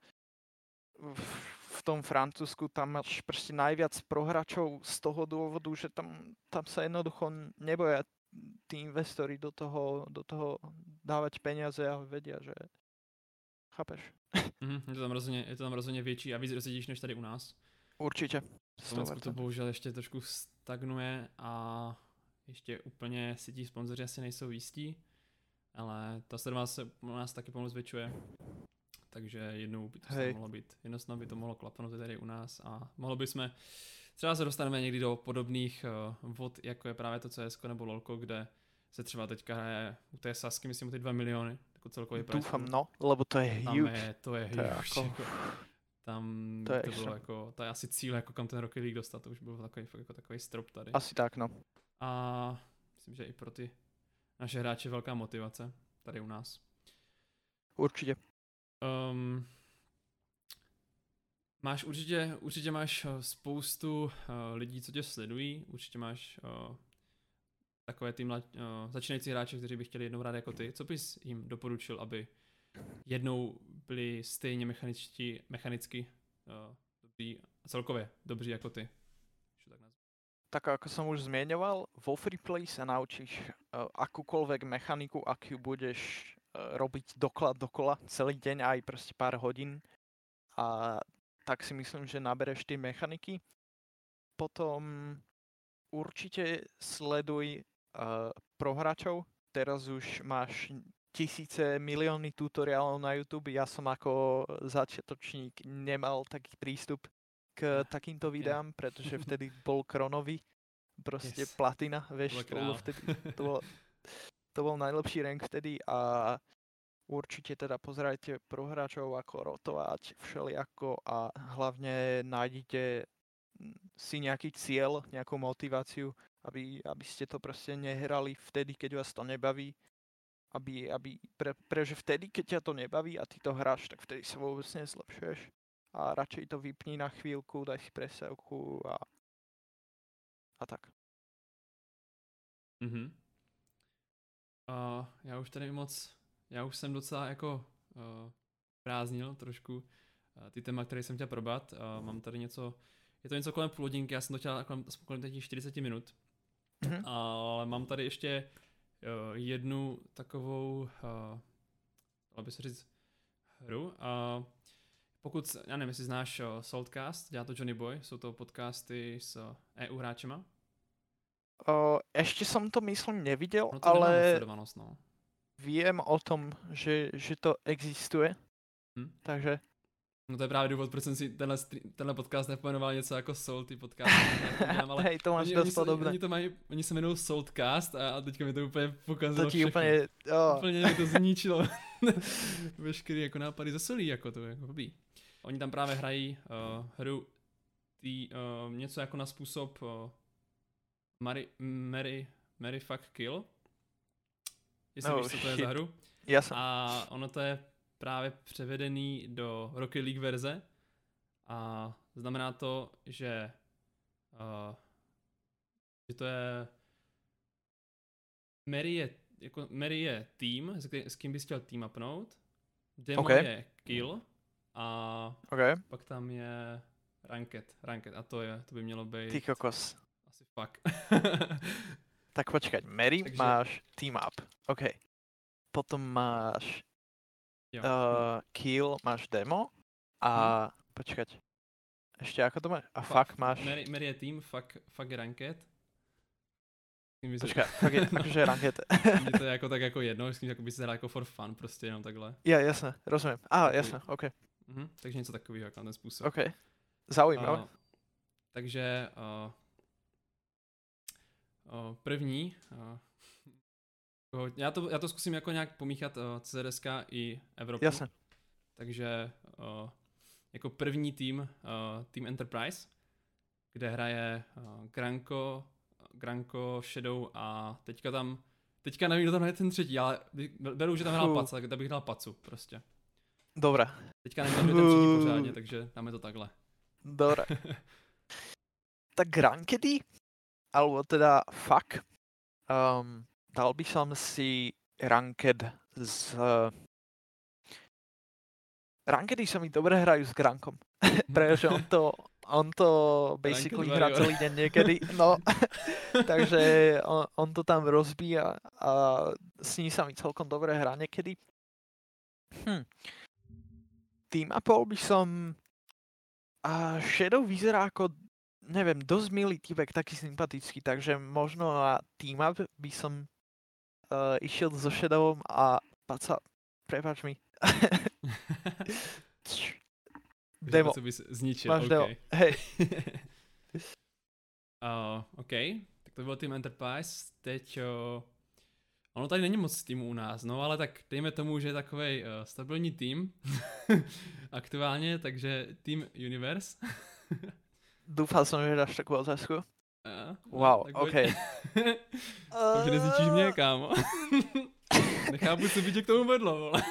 Speaker 2: v tom Francúzsku tam máš proste najviac prohračov z toho dôvodu, že tam sa jednoducho neboja tí investori do toho dávať peniaze a vedia, že chápeš.
Speaker 1: Je to tam rozhodně větší a víc rozjedíš než tady u nás.
Speaker 2: Určitě.
Speaker 1: V Slovensku to bohužel ještě trošku stagnuje a ještě úplně si ti sponzoři asi nejsou jistí, ale ta sledová se u nás taky pomalu zvětšuje. Takže jednou by to mohlo být, by to mohlo klapnout tady u nás a mohlo bychom, třeba se dostaneme někdy do podobných vod, jako je právě to CS nebo LoLko, kde se třeba teďka hraje u té Sasky, myslím, ty 2 miliony, jako celkový price.
Speaker 2: Doufám, no, lebo to je huge.
Speaker 1: To je huge. Jako, tam to bylo jako, to je asi cíl, jako kam ten Rocket League dostat, to už byl takový strop tady.
Speaker 2: Asi tak, no.
Speaker 1: A myslím, že i pro ty naše hráče velká motivace tady u nás.
Speaker 2: Určitě.
Speaker 1: Máš určitě máš spoustu lidí, co tě sledují, určitě máš takové ty začínající hráče, kteří by chtěli jednou hrát jako ty. Co bys jim doporučil, aby jednou byli stejně mechanicky dobří a celkově dobří jako ty?
Speaker 2: Tak ako som už zmieňoval, vo Freeplay sa naučíš akúkoľvek mechaniku, akú budeš robiť dokola celý deň aj proste pár hodín a tak si myslím, že nabereš tie mechaniky. Potom určite sleduj prohráčov. Teraz už máš tisíce, milióny tutoriálov na YouTube. Ja som ako začiatočník nemal taký prístup k takýmto videám, pretože vtedy bol Kronový, proste platina, vieš, to bol najlepší rank vtedy a určite teda pozerajte prohráčov, ako rotovať všelijako a hlavne nájdite si nejaký cieľ, nejakú motiváciu, aby ste to proste nehrali vtedy, keď vás to nebaví, pretože vtedy, keď ťa to nebaví a ty to hráš, tak vtedy sa vôbec nezlepšuješ. A radšej to vypni na chvíľku, daj si presávku a tak.
Speaker 1: Já už jsem docela jako prázdnil trošku ty téma, které jsem chtěl probrat. Mám tady něco, je to něco kolem půl hodinky, já jsem to chtěl kolem těch 40 minut. Ale mám tady ještě jednu takovou, dalo by se říct, hru. Pokud, já nevím, jestli znáš Saltcast, dělá to Johnny Boy, jsou to podcasty s EU hráčema.
Speaker 2: Ešte som to myslím nevidel,
Speaker 1: no to
Speaker 2: ale viem o tom, že to existuje, takže...
Speaker 1: No to je právě důvod, proč jsem si tenhle podcast nepojmenoval něco jako Salty podcast. Ale
Speaker 2: hej, to máš dost podobné.
Speaker 1: Oni se jmenují Saltcast a teďka mi to úplně pokazilo
Speaker 2: to všechno.
Speaker 1: Úplně mi to zničilo. Veškerý jako nápady ze solí, jako to jako blbý. Oni tam právě hrají hru něco jako na způsob Marry Fuck Kill. Jestli víš, co to je za hru.
Speaker 2: Jasně.
Speaker 1: A ono to je právě převedený do Rocket League verze a znamená to, že to je Mary je tým, s kým bys chtěl team upnout, Demo je kill a pak tam je ranked a to by mělo být...
Speaker 2: Ty kokos.
Speaker 1: Asi fuck.
Speaker 2: Tak počkať, Mary máš team up, OK. Potom máš kill, máš demo a počkať, ešte ako to máš? A fuck máš...
Speaker 1: Mary je tým, fuck je ranked.
Speaker 2: Počkaj, fuck je akože ranked.
Speaker 1: Je to jako tak jako jedno, s tím jako by se hrál jako for fun, prostě jenom takhle.
Speaker 2: Ja, jasné, rozumím. Jasné, OK.
Speaker 1: Takže něco takového jako na ten způsob.
Speaker 2: OK, zaujímavé.
Speaker 1: Takže první, já to zkusím jako nějak pomíchat CDSK i Evropu.
Speaker 2: Jasně.
Speaker 1: Takže jako první tým Enterprise, kde hraje Granko, Shadow a teďka tam Teďka nevím, kdo tam je ten třetí, ale beru, že tam hrál Paca, tak bych dal Pacu prostě.
Speaker 2: Dobre.
Speaker 1: Teďka nevím, kdo je ten třetí pořádně, takže dáme to takhle.
Speaker 2: Dobre. Tak rankedy, alebo teda fuck, dal by som si ranked z... Rankedy sa mi dobre hrajú s Grankom, pretože on to basically hrá celý deň niekedy, no, takže on to tam rozbíja a s ní sa mi celkom dobre hrá niekedy. Team Apple by som... Shadow vyzerá ako, neviem, dosť milý typek, taký sympatický, takže možno na Team Up by som išiel so Shadowom a Paca, prepáč mi. Demo.
Speaker 1: By zničil,
Speaker 2: máš
Speaker 1: okay.
Speaker 2: demo, hej.
Speaker 1: OK, tak to byl Team Enterprise, teď... Ono tady není moc týmů u nás, no ale tak dejme tomu, že je takovej stabilní tým aktuálně, takže Team Universe.
Speaker 2: Dúfal som, že dáš takú otázku.
Speaker 1: Wow,
Speaker 2: OK.
Speaker 1: Takže nezničíš mě, kámo. Nechápu, co by tě k tomu vedlo, vole.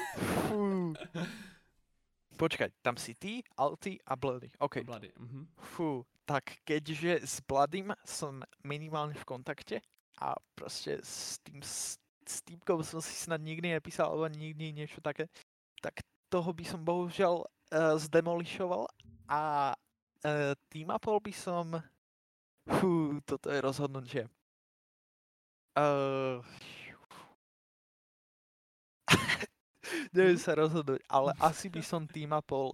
Speaker 2: Počkaj, tam si ty, Alty a Bloody. OK.
Speaker 1: Bloody,
Speaker 2: Tak keďže s Bloodym som minimálne v kontakte a proste s týmkou som si snad nikdy nepísal, alebo nikdy niečo také, tak toho by som bohužiaľ zdemolišoval a Team Apple by som... toto je rozhodnutie. Neviem sa rozhodnúť, ale asi by som Team Apple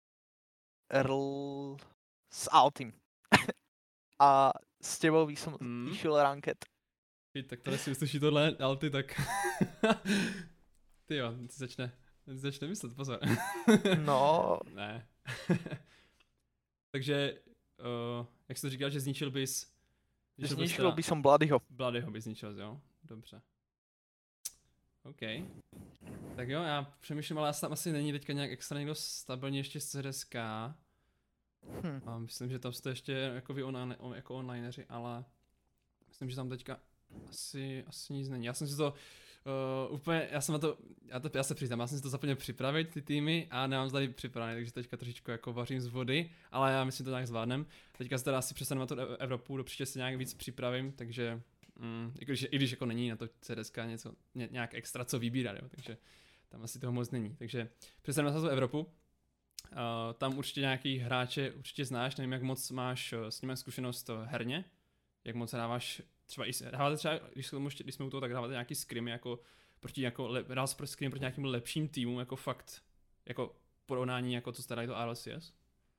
Speaker 2: s Altym. A s tebou by som išiel ranked.
Speaker 1: Tak tady si uslyší tohle Alty, tak... Tyjo, ty začne myslet, pozor.
Speaker 2: No.
Speaker 1: Ne. Takže, jak jsi to říkal, že zničil bys...
Speaker 2: Zničil by som Bloodyho.
Speaker 1: Bloodyho by zničil, jo? Dobře. OK. Tak jo, já přemýšlím, ale tam asi není teďka nějak extra někdo stabilní ještě z CSK. A myslím, že tam jste ještě jako vy jako onlineři, ale myslím, že tam teďka asi nic není. Já jsem si to úplně, já se přiznám, já jsem si to zapomněl připravit, ty týmy, a nemám tady připravené, takže teďka trošičku jako vařím z vody, ale já myslím, že to nějak zvládnem. Teďka se teda asi přestanu na tu Evropu, do příště se nějak víc připravím, takže i když jako není na to CSK něco, nějak extra co vybírat, jo, takže tam asi toho moc není. Takže přestanu na tu Evropu. Tam určitě nějaký hráče určitě znáš, nevím, jak moc máš s nimi zkušenost herně, jak moc dáváš, třeba když jsme u toho, tak dáváte nějaký scrimy, jako proti dál scrim proti nějakým lepším týmům, jako fakt, jako porovnání, jako co stará to RLCS?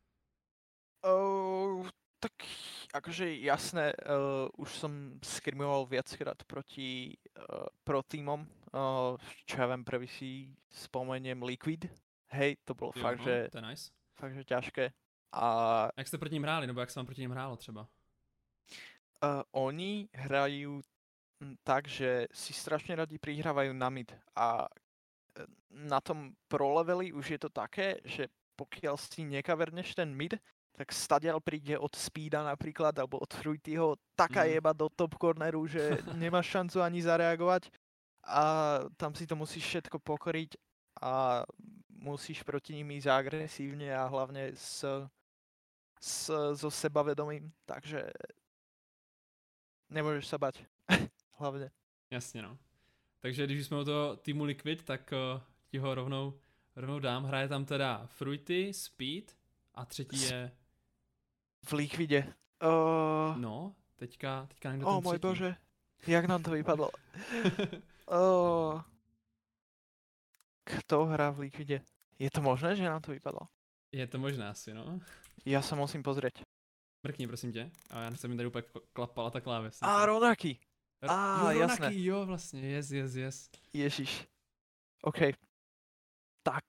Speaker 2: Tak akože jasné, už som skrimoval viackrát proti pro týmom, čo ja viem, prvý si spomeniem Liquid. Hej, to bylo fakt, že,
Speaker 1: to je nice.
Speaker 2: Fakt, že ťažké. A
Speaker 1: jak jste proti ním hráli, nebo jak se vám proti ním hrálo třeba?
Speaker 2: Oni hrajú tak, že si strašne radi prihrávajú na mid a na tom pro leveli už je to také, že pokiaľ si nekaverneš ten mid, tak stadiaľ príde od Speeda napríklad, alebo od Fruityho taká jeba do top corneru, že nemáš šancu ani zareagovať a tam si to musíš všetko pokoriť a musíš proti nimi ísť agresívne a hlavne so sebavedomím, takže nemôžeš sa bať, hlavne.
Speaker 1: Jasně, no. Takže když jsme u toho týmu Liquid, tak ti ho rovnou dám. Hraje tam teda Fruity, Speed a třetí je...
Speaker 2: V Liquide.
Speaker 1: No, teďka někdo ten třetí.
Speaker 2: Môj bože, jak nám to vypadlo. Kto hrá v Liquide? Je to možné, že nám to vypadlo?
Speaker 1: Je to možné asi, no.
Speaker 2: Ja sa musím pozrieť.
Speaker 1: Mrkni, prosím tě. A já nechcem mi tady úplně klapala ta klávesnice.
Speaker 2: Ronaki.
Speaker 1: Jasné. Jo, vlastně, yes.
Speaker 2: Ježiš. OK. Tak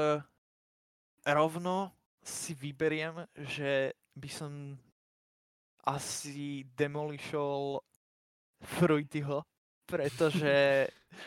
Speaker 2: rovno si vyberiem, že by som asi demolišol Fruityho, pretože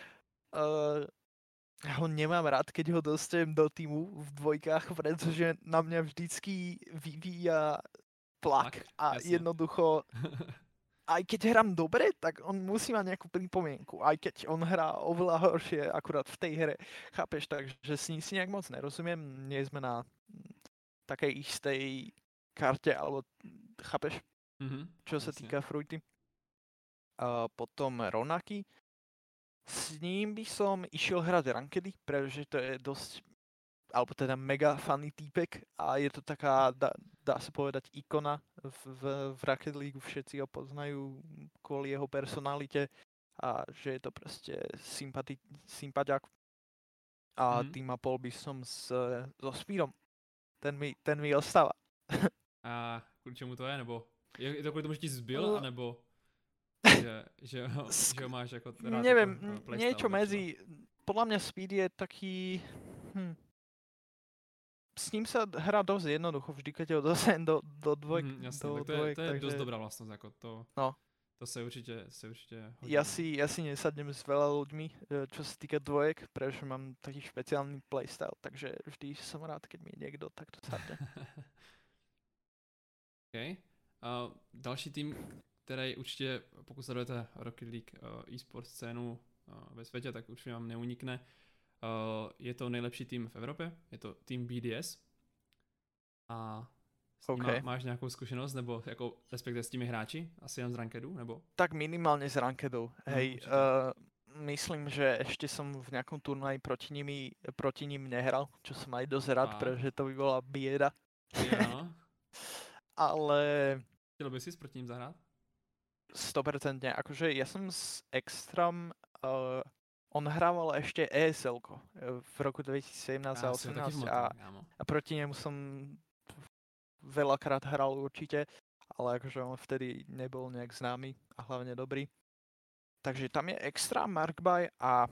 Speaker 2: ho nemám rád, keď ho dostanem do týmu v dvojkách, pretože na mňa vždycky vyvíja tlak a
Speaker 1: jasne.
Speaker 2: jednoducho aj keď hrám dobre, tak on musí mať nejakú pripomienku. Aj keď on hrá oveľa horšie akurát v tej hre. Chápeš? Takže s ním si nejak moc nerozumiem. Nie sme na takej istej karte, alebo chápeš, čo sa
Speaker 1: jasne.
Speaker 2: týka Fruity. Potom Ronaki. S ním by som išiel hrať rankedy, pretože to je dosť, alebo teda mega funny týpek a je to taká, dá sa povedať, ikona v Rocket League. Všetci ho poznajú kvôli jeho personalite a že je to proste sympatiák. A tým a pol by som so Spírom. Ten mi ostáva.
Speaker 1: A kvůli čemu to je, nebo je to kvůli tomu, že ti zbyl, anebo že ho máš jako rád?
Speaker 2: Neviem,
Speaker 1: jako
Speaker 2: niečo medzi, podľa mňa Speed je taký, s ním sa hrá dosť jednoducho, vždy keď ho dosajem do dvojek.
Speaker 1: Jasně,
Speaker 2: do
Speaker 1: tak
Speaker 2: dvojek,
Speaker 1: to je
Speaker 2: takže
Speaker 1: dost dobrá vlastnost, jako to.
Speaker 2: No.
Speaker 1: To se určite hodí.
Speaker 2: Ja si nesadnem s veľa ľuďmi, čo sa týka dvojek, pretože mám taký špeciálny playstyle, takže vždy som rád, keď mi niekto takto sadne.
Speaker 1: OK. Další tým, který určitě, pokud sledujete Rocket League e-sport scénu ve světě, tak určitě vám neunikne. Je to nejlepší tým v Evropě, je to tým BDS. A s ním máš nějakou zkušenost, nebo jako respektive s těmi hráči? Asi jen z rankedu, nebo?
Speaker 2: Tak minimálne z rankedou. Hej, myslím, že ešte som v nejakom turnaji proti ním nehral, čo som aj dosť rád, pretože to by bola bieda.
Speaker 1: Jo.
Speaker 2: Ale...
Speaker 1: Chtěl by si proti ním zahrát?
Speaker 2: 100%. Akože ja som s Extram... on hrával ešte ESL-ko v roku 2017 a 2018 a proti nemu som veľakrát hral určite, ale akože on vtedy nebol nejak známy a hlavne dobrý. Takže tam je Extra, Markby a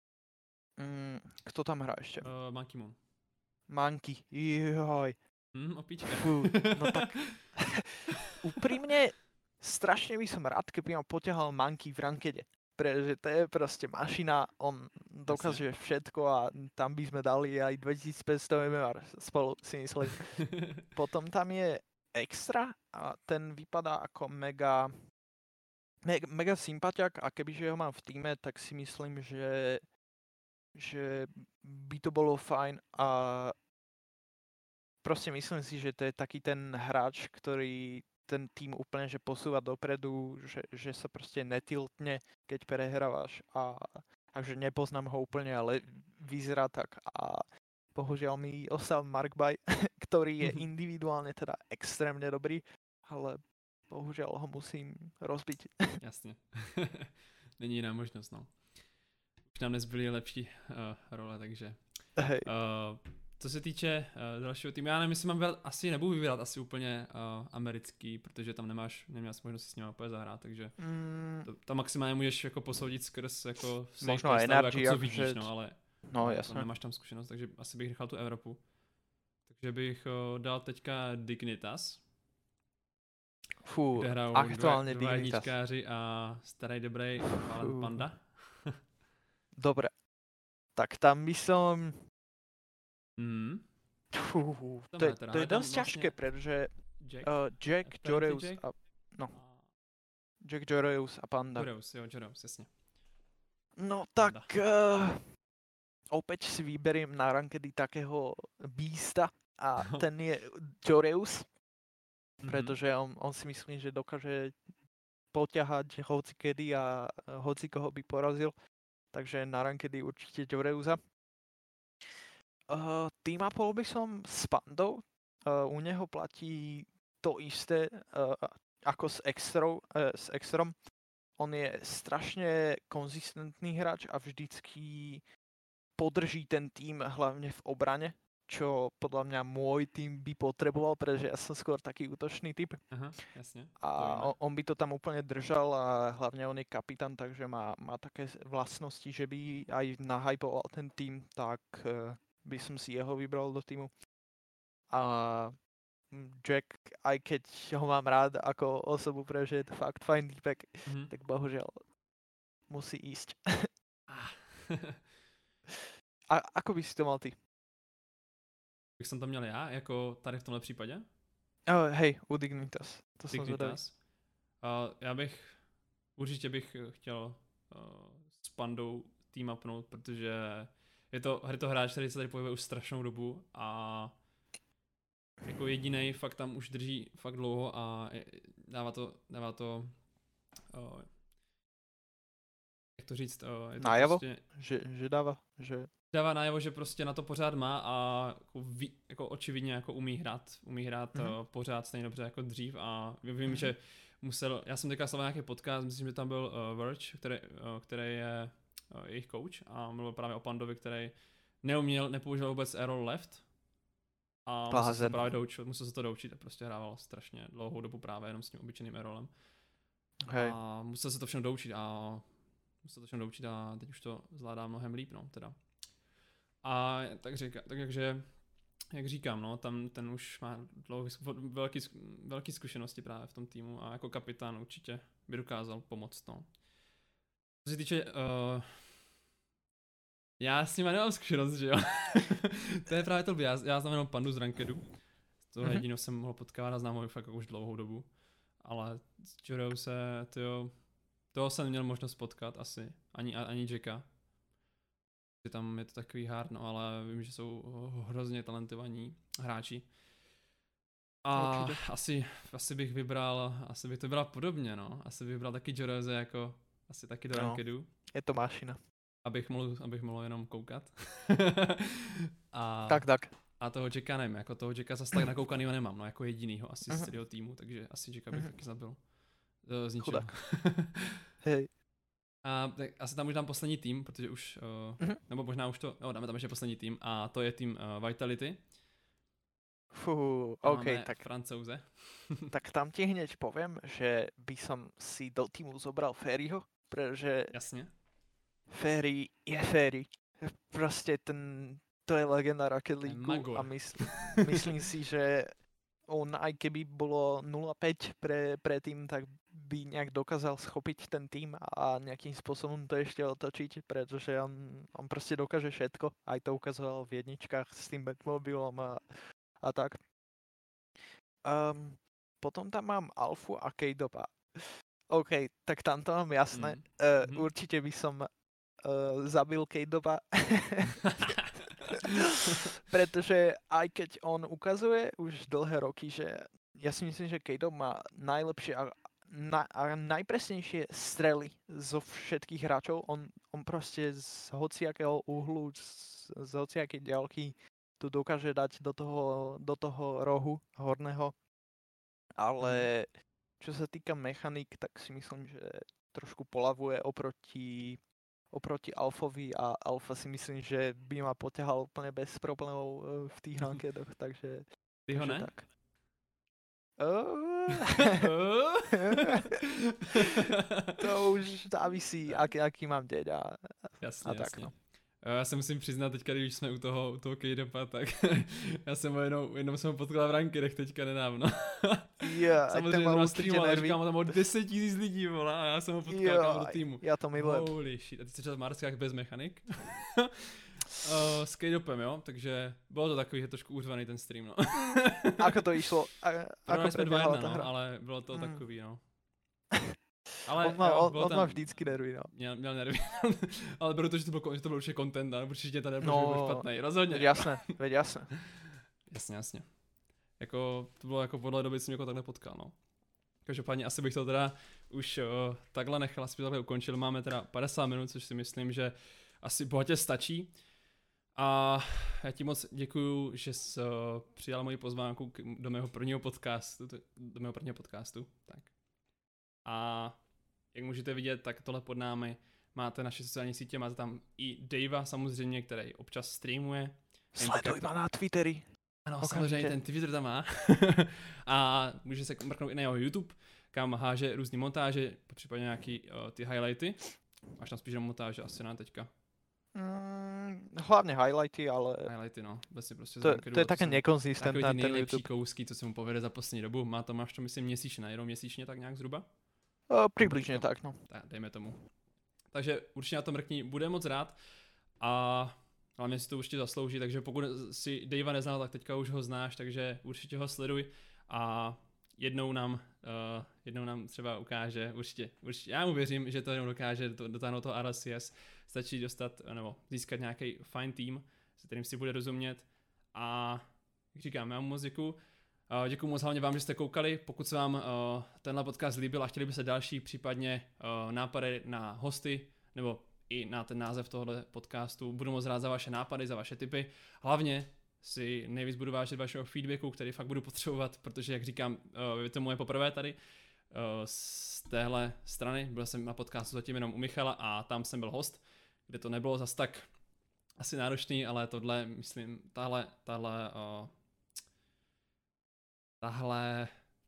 Speaker 2: kto tam hrá ešte?
Speaker 1: Monkey Moon.
Speaker 2: Monkey, joj.
Speaker 1: Opíčka.
Speaker 2: No tak úprimne strašne by som rád, keby ma poťahal Monkey v rankede. Pretože to je proste mašina, on dokáže všetko a tam by sme dali aj 2500 MMR spolu, si myslím. Potom tam je Extra a ten vypadá ako mega sympatiak a kebyže ho mám v týme, tak si myslím, že by to bolo fajn a proste myslím si, že to je taký ten hráč, ktorý ten tým úplne že posúva dopredu, že sa proste netiltne, keď prehrávaš a takže nepoznám ho úplne, ale vyzerá tak a bohužiaľ mi ostal Markby, ktorý je individuálne teda extrémne dobrý, ale bohužiaľ ho musím rozbiť.
Speaker 1: Jasně. Není jiná možnost, no. Už nám nezbyly lepší role, takže...
Speaker 2: Hej.
Speaker 1: Co se týče dalšího týmu, já nevím, jestli mám vybrat, asi nebudu vybrat asi úplně americký, protože tam nemáš možnost si s nimi úplně zahrát, takže to maximálně můžeš jako posoudit skrz jako
Speaker 2: možno energy,
Speaker 1: jako co vidíš, no, ale
Speaker 2: no, jasně.
Speaker 1: nemáš tam zkušenost, takže asi bych nechal tu Evropu. Takže bych dal teďka Dignitas. Kde hrajou
Speaker 2: aktuálne
Speaker 1: dva
Speaker 2: Dignitas.
Speaker 1: jedničkáři a starý dobrý Panda.
Speaker 2: Dobre, tak tam by som... To je dosť ťažké, pretože Jack Joreus a... No. Jack Joreus a Panda.
Speaker 1: Joreus, jasne.
Speaker 2: No tak... opäť si vyberiem na rankedy takého Beasta a ten je Joreus. Pretože on si myslím, že dokáže poťahať hoci kedy a hoci koho by porazil. Takže na rankedy určite Joreusa. Team Apple by som s Pandou. U neho platí to isté ako s Extrom. On je strašne konzistentný hráč a vždycky podrží ten tým hlavne v obrane, čo podľa mňa môj tým by potreboval, pretože ja som skôr taký útočný typ.
Speaker 1: Aha, jasne.
Speaker 2: A on by to tam úplne držal a hlavne on je kapitán, takže má také vlastnosti, že by aj nahypoval ten tým, tak by som si jeho vybral do týmu. A Jack, aj keď ho mám rád ako osobu, pretože je to fakt fajn týpek, tak bohužiaľ musí ísť. A ako by si to mal ty?
Speaker 1: Jak jsem to měl já, jako tady v tomhle případě?
Speaker 2: Hej, u Dignitas. To
Speaker 1: Dignitas. Určitě bych chtěl s Pandou team upnout, protože je to hráč, který se tady pohybuje už strašnou dobu a jako jedinej fakt tam už drží fakt dlouho a dává to jak to říct, je to
Speaker 2: Najavo?
Speaker 1: prostě,
Speaker 2: Že
Speaker 1: dává najavo, že prostě na to pořád má a jako očividně jako umí hrát pořád stejně dobře jako dřív a vím, že já jsem teďka sledoval nějaký podcast, myslím, že tam byl Verge, který je jejich coach a mluvil právě o Pandovi, který nepoužíval vůbec arrow left a musel se to doučit a prostě hrával strašně dlouhou dobu právě jenom s tím obyčejným arrowem.
Speaker 2: Hej.
Speaker 1: A musel se to všechno doučit a teď už to zvládá mnohem líp, no, teda. A takže jak říkám, no, tam ten už má velký zkušenosti právě v tom týmu a jako kapitán určitě by dokázal pomoct, no. Co se týče, já s nima nemám zkušenost, že jo? To je právě to, já znám jenom Pandu z Rankedu, z toho jediného jsem mohl potkávat a znám ho fakt už dlouhou dobu, ale s Jorou toho jsem neměl možnost potkat asi, ani Jacka. Tam je to takový hard, no, ale vím, že jsou hrozně talentovaní hráči. A asi bych to vybral podobně, no. Asi bych vybral taky Joreze jako, asi taky do Rankedu.
Speaker 2: Je to mašina.
Speaker 1: Abych mohl jenom koukat.
Speaker 2: Tak.
Speaker 1: A toho Jacka nevím, jako toho Jacka zase tak nakoukanýho nemám, no, jako jedinýho asi z celého týmu, takže asi Jacka bych taky zabil. Z ničeho.
Speaker 2: Hej.
Speaker 1: A tak asi tam už dám poslední tým, protože už, nebo možná už dáme tam ještě poslední tým a to je tým Vitality.
Speaker 2: OK, tak
Speaker 1: Francouze.
Speaker 2: Tak tam ti hneď poviem, že by som si do týmu zobral Ferryho, pretože
Speaker 1: jasne.
Speaker 2: Ferry je Ferry. Proste to je legenda Rocket League a myslím si, že on aj keby bolo 0-5 pre tým, tak by nejak dokázal schopiť ten tým a nejakým spôsobom to ešte otočiť, pretože on proste dokáže všetko. Aj to ukazoval v jedničkách s tým Batmobilom a tak. Potom tam mám Alfu a K-Dopa. OK, tak tam to mám jasné. Určite by som zabil K-Dopa. Pretože aj keď on ukazuje už dlhé roky, že ja si myslím, že K-Dop má najlepšie a najpresnejšie strely zo všetkých hráčov. On proste z hociakého uhlu, z hociakej ďalky tu dokáže dať do toho rohu horného. Ale čo sa týka mechanik, tak si myslím, že trošku polavuje oproti Alfovi a Alfa si myslím, že by ma poťahal úplne bez problémov v tých rankedoch, takže...
Speaker 1: Ty ho ne?
Speaker 2: Tak. To už závisí, aký mám deň a
Speaker 1: jasně,
Speaker 2: tak.
Speaker 1: Jasně. No. Já se musím přiznat teďka, když jsme u toho K-Dopa, tak já jsem ho jenom jsem ho potkal v rankedech teďka nedávno.
Speaker 2: Yeah,
Speaker 1: samozřejmě na streamu, ale říkám, tam o 10 000 lidí, vole, a já jsem ho potkal do týmu.
Speaker 2: Já to milujem.
Speaker 1: Holy shit, a ty jsi třeba v Marskách bez mechanik? S K-Dopem, jo, takže bylo to takový trošku uřvaný ten stream, no.
Speaker 2: Ako to išlo? Ako
Speaker 1: jsme 2-1,
Speaker 2: ta hra?
Speaker 1: Ale bylo to takový, no.
Speaker 2: Ale on má vždycky nervy, no.
Speaker 1: Měl nervy, ale beru to, že to byl určitě content, a určitě to nebylo špatný, rozhodně.
Speaker 2: Veď jasné.
Speaker 1: Jasně. Jako, to bylo jako podle doby, jsem jako takhle potkal, no. Každopádně asi bych to teda už takhle nechal, asi by takhle ukončil. Máme teda 50 minut, což si myslím, že asi bohatě stačí. A já ti moc děkuju, že jsi přijal moji pozvánku do mého prvního podcastu. Tak. A jak můžete vidět, tak tohle pod námi máte naše sociální sítě, máte tam i Davea samozřejmě, který občas streamuje.
Speaker 2: Sleduj ma na Twitteri.
Speaker 1: Ano, samozřejmě ten Twitter tam má. A může se mrknout i na jeho YouTube, kam háže různý montáže, případně nějaký ty highlighty. Máš tam spíš na montáže asi na teďka.
Speaker 2: Hlavně highlighty, ale...
Speaker 1: Highlighty, no. Prostě
Speaker 2: to je také nekonzistentné
Speaker 1: ten YouTube. Nejlepší kousky, co se mu povede za poslední dobu. Máš to myslím měsíčně, jenom měsíčně tak nějak zhruba?
Speaker 2: Přibližně tak, no.
Speaker 1: Tak, dejme tomu. Takže určitě na to mrkni, bude moc rád. A hlavně si to určitě zaslouží, takže pokud si Davea neznal, tak teďka už ho znáš, takže určitě ho sleduj. A jednou nám třeba ukáže, určitě, já mu věřím, že to jednou dokáže dotáhnout toho RLCS, stačí dostat, nebo získat nějaký fajn tým, se kterým si bude rozumět a jak říkám, já mu moc děkuju. Děkuju moc hlavně vám, že jste koukali, pokud se vám tenhle podcast líbil a chtěli by se další případně nápady na hosty, nebo i na ten název tohoto podcastu, budu moc rád za vaše nápady, za vaše tipy, hlavně si nejvíc budu vážit vašeho feedbacku, který fakt budu potřebovat, protože jak říkám, je to moje poprvé tady z téhle strany, byl jsem na podcastu zatím jenom u Michala a tam jsem byl host, kde to nebylo zas tak asi náročný, ale tohle, myslím, tahle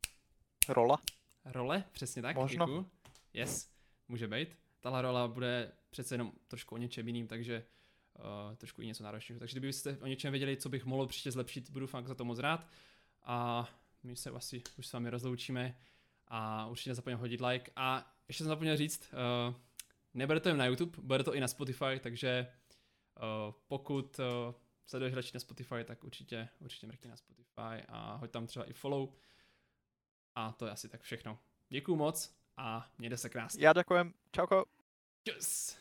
Speaker 1: role, přesně tak,
Speaker 2: možno.
Speaker 1: Děkuju. Yes, může být. Tahle rola bude přece jenom trošku o něčem jiným, takže trošku i něco náročného. Takže kdybyste o něčem věděli, co bych mohl příště zlepšit, budu fakt za to moc rád. A my se asi už s vámi rozloučíme a určitě nezapomeňte hodit like. A ještě jsem zapomněl říct, nebude to jen na YouTube, bude to i na Spotify, takže pokud sleduješ radši na Spotify, tak určitě mrkni na Spotify a hoď tam třeba i follow. A to je asi tak všechno. Děkuju moc a mějte se krásně.
Speaker 2: Ja ďakujem. Čauko.
Speaker 1: Yes.